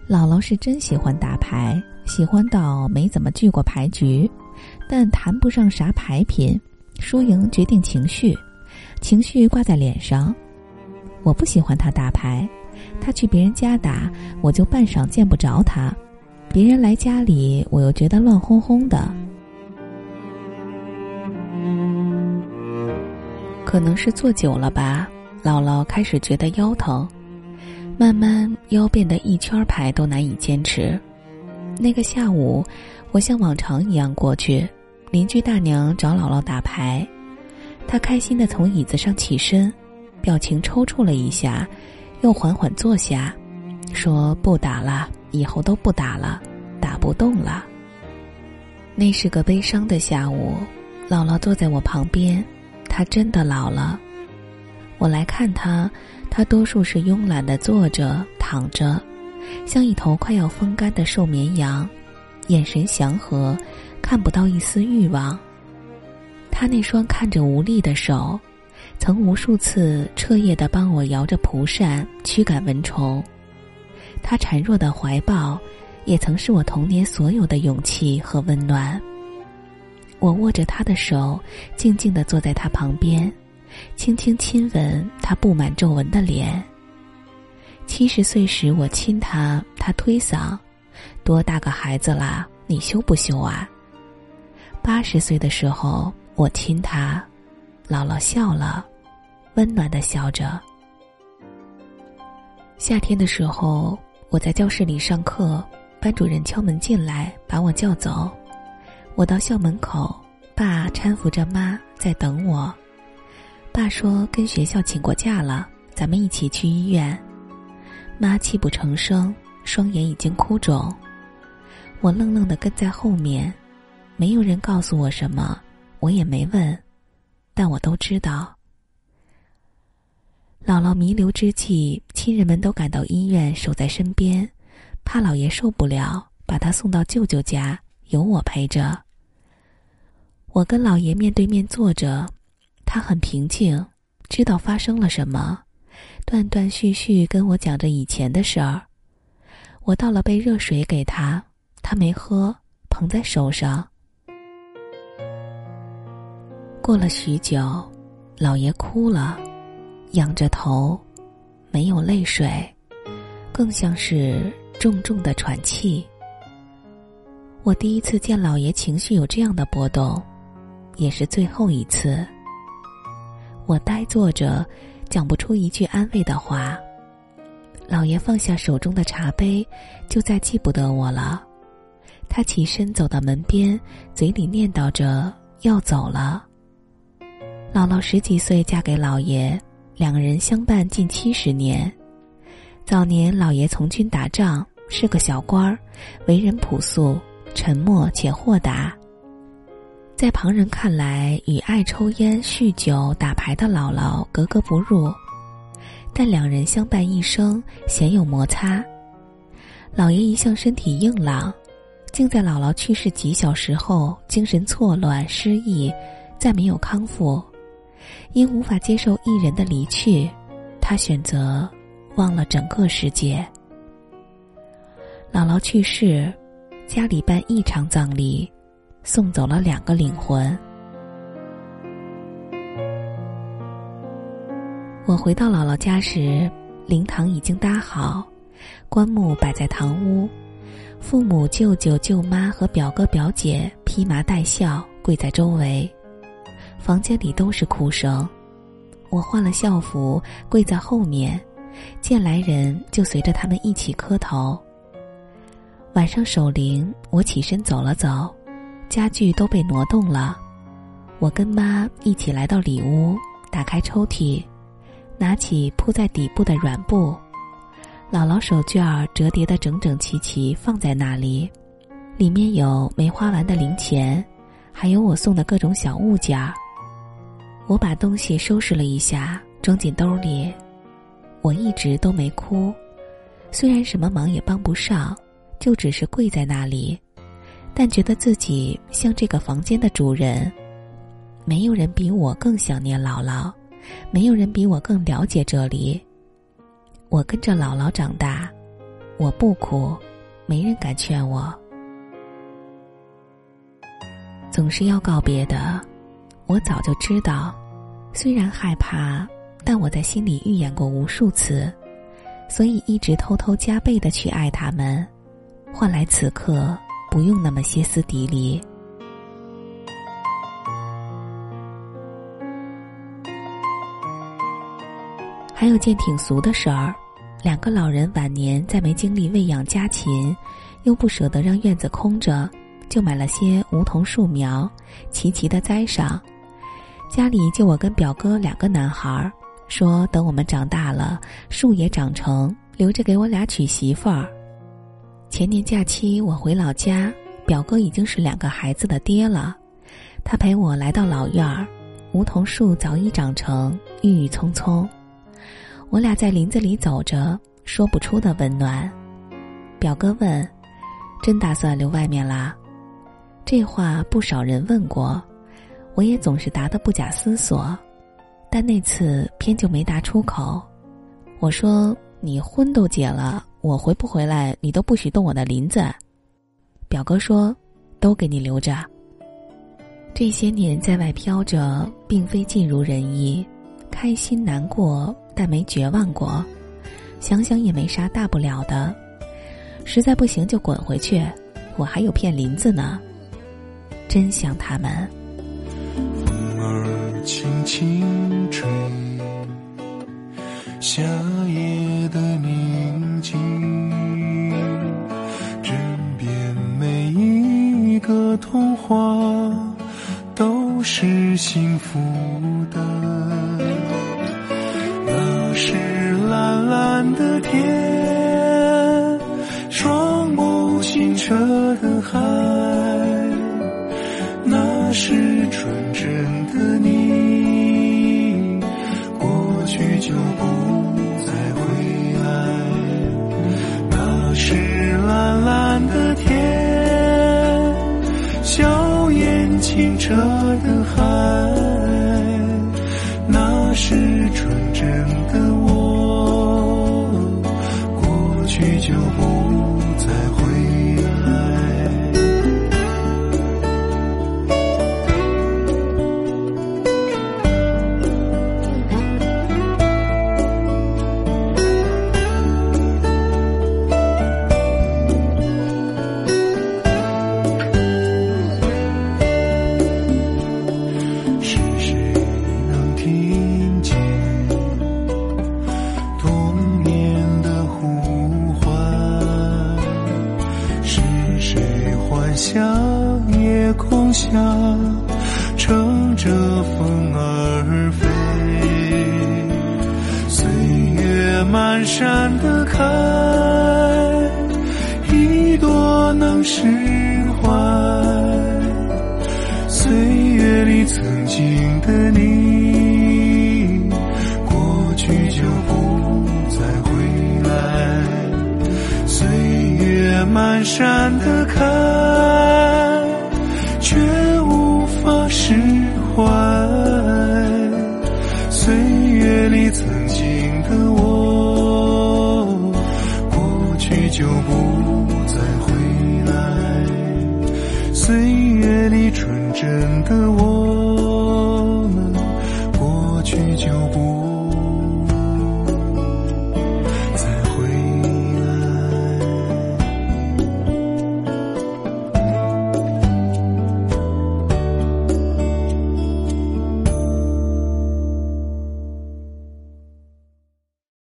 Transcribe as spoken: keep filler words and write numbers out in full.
姥姥是真喜欢打牌，喜欢到没怎么聚过牌局，但谈不上啥牌品，输赢决定情绪，情绪挂在脸上。我不喜欢他打牌，他去别人家打，我就半晌见不着他，别人来家里，我又觉得乱哄哄的。可能是坐久了吧，姥姥开始觉得腰疼，慢慢腰变得一圈牌都难以坚持。那个下午，我像往常一样过去，邻居大娘找姥姥打牌，她开心地从椅子上起身，表情抽搐了一下，又缓缓坐下，说不打了，以后都不打了，打不动了。那是个悲伤的下午，姥姥坐在我旁边，她真的老了。我来看她，她多数是慵懒地坐着躺着，像一头快要风干的瘦绵羊，眼神祥和，看不到一丝欲望。她那双看着无力的手，曾无数次彻夜地帮我摇着蒲扇驱赶蚊虫。她孱弱的怀抱，也曾是我童年所有的勇气和温暖。我握着她的手，静静地坐在她旁边，轻轻亲吻她布满皱纹的脸。七十岁时我亲她，她推搡，多大个孩子啦，你羞不羞啊？八十岁的时候我亲她，姥姥笑了，温暖地笑着。夏天的时候，我在教室里上课，班主任敲门进来，把我叫走。我到校门口，爸搀扶着妈在等我。爸说跟学校请过假了，咱们一起去医院。妈泣不成声，双眼已经哭肿。我愣愣地跟在后面，没有人告诉我什么，我也没问，但我都知道。姥姥弥留之际，亲人们都赶到医院守在身边，怕姥爷受不了，把他送到舅舅家，有我陪着。我跟姥爷面对面坐着，他很平静，知道发生了什么，断断续续跟我讲着以前的事儿。我倒了杯热水给他，他没喝，捧在手上。过了许久，姥爷哭了，仰着头，没有泪水，更像是重重的喘气。我第一次见姥爷情绪有这样的波动，也是最后一次。我呆坐着，讲不出一句安慰的话。姥爷放下手中的茶杯，就再记不得我了。他起身走到门边，嘴里念叨着要走了。姥姥十几岁嫁给姥爷，两个人相伴近七十年。早年姥爷从军打仗，是个小官儿，为人朴素，沉默且豁达。在旁人看来，与爱抽烟、酗酒、打牌的姥姥格格不入，但两人相伴一生，鲜有摩擦。姥爷一向身体硬朗，竟在姥姥去世几小时后，精神错乱、失忆，再没有康复。因无法接受一人的离去，他选择忘了整个世界。姥姥去世，家里办一场葬礼，送走了两个灵魂。我回到姥姥家时，灵堂已经搭好，棺木摆在堂屋，父母、舅舅、舅妈和表哥表姐披麻戴孝跪在周围，房间里都是哭声。我换了校服，跪在后面，见来人就随着他们一起磕头。晚上守灵，我起身走了走，家具都被挪动了。我跟妈一起来到里屋，打开抽屉，拿起铺在底部的软布，姥姥手绢折叠得整整齐齐放在那里，里面有没花完的零钱，还有我送的各种小物件。我把东西收拾了一下，装进兜里。我一直都没哭，虽然什么忙也帮不上，就只是跪在那里，但觉得自己像这个房间的主人。没有人比我更想念姥姥，没有人比我更了解这里。我跟着姥姥长大， 我不哭，没人敢劝我。总是要告别的，我早就知道，虽然害怕，但我在心里预演过无数次，所以一直偷偷加倍的去爱他们，换来此刻不用那么歇斯底里。还有件挺俗的事儿，两个老人晚年在没精力喂养家禽，又不舍得让院子空着，就买了些梧桐树苗，齐齐地栽上。家里就我跟表哥两个男孩，说等我们长大了，树也长成，留着给我俩娶媳妇儿。前年假期我回老家，表哥已经是两个孩子的爹了，他陪我来到老院儿，梧桐树早已长成，郁郁葱葱。我俩在林子里走着，说不出的温暖。表哥问：真打算留外面啦？这话不少人问过，我也总是答得不假思索，但那次偏就没答出口。我说：你婚都结了，我回不回来你都不许动我的林子。表哥说：都给你留着。这些年在外飘着，并非尽如人意，开心难过，但没绝望过，想想也没啥大不了的，实在不行就滚回去，我还有片林子呢。真想他们。 风儿轻轻吹，夏夜的宁静，枕边每一个童话都是幸福的。那是蓝蓝的天，双眸清澈的海，那是纯真的你，过去就不再回来。那是蓝蓝的天，笑颜清澈的海，那是纯真的我，过去就不再回来。向夜空下乘着风儿飞，岁月漫山的开，一朵能释怀。岁月里曾经的你，过去就不再回来。岁月漫山的开，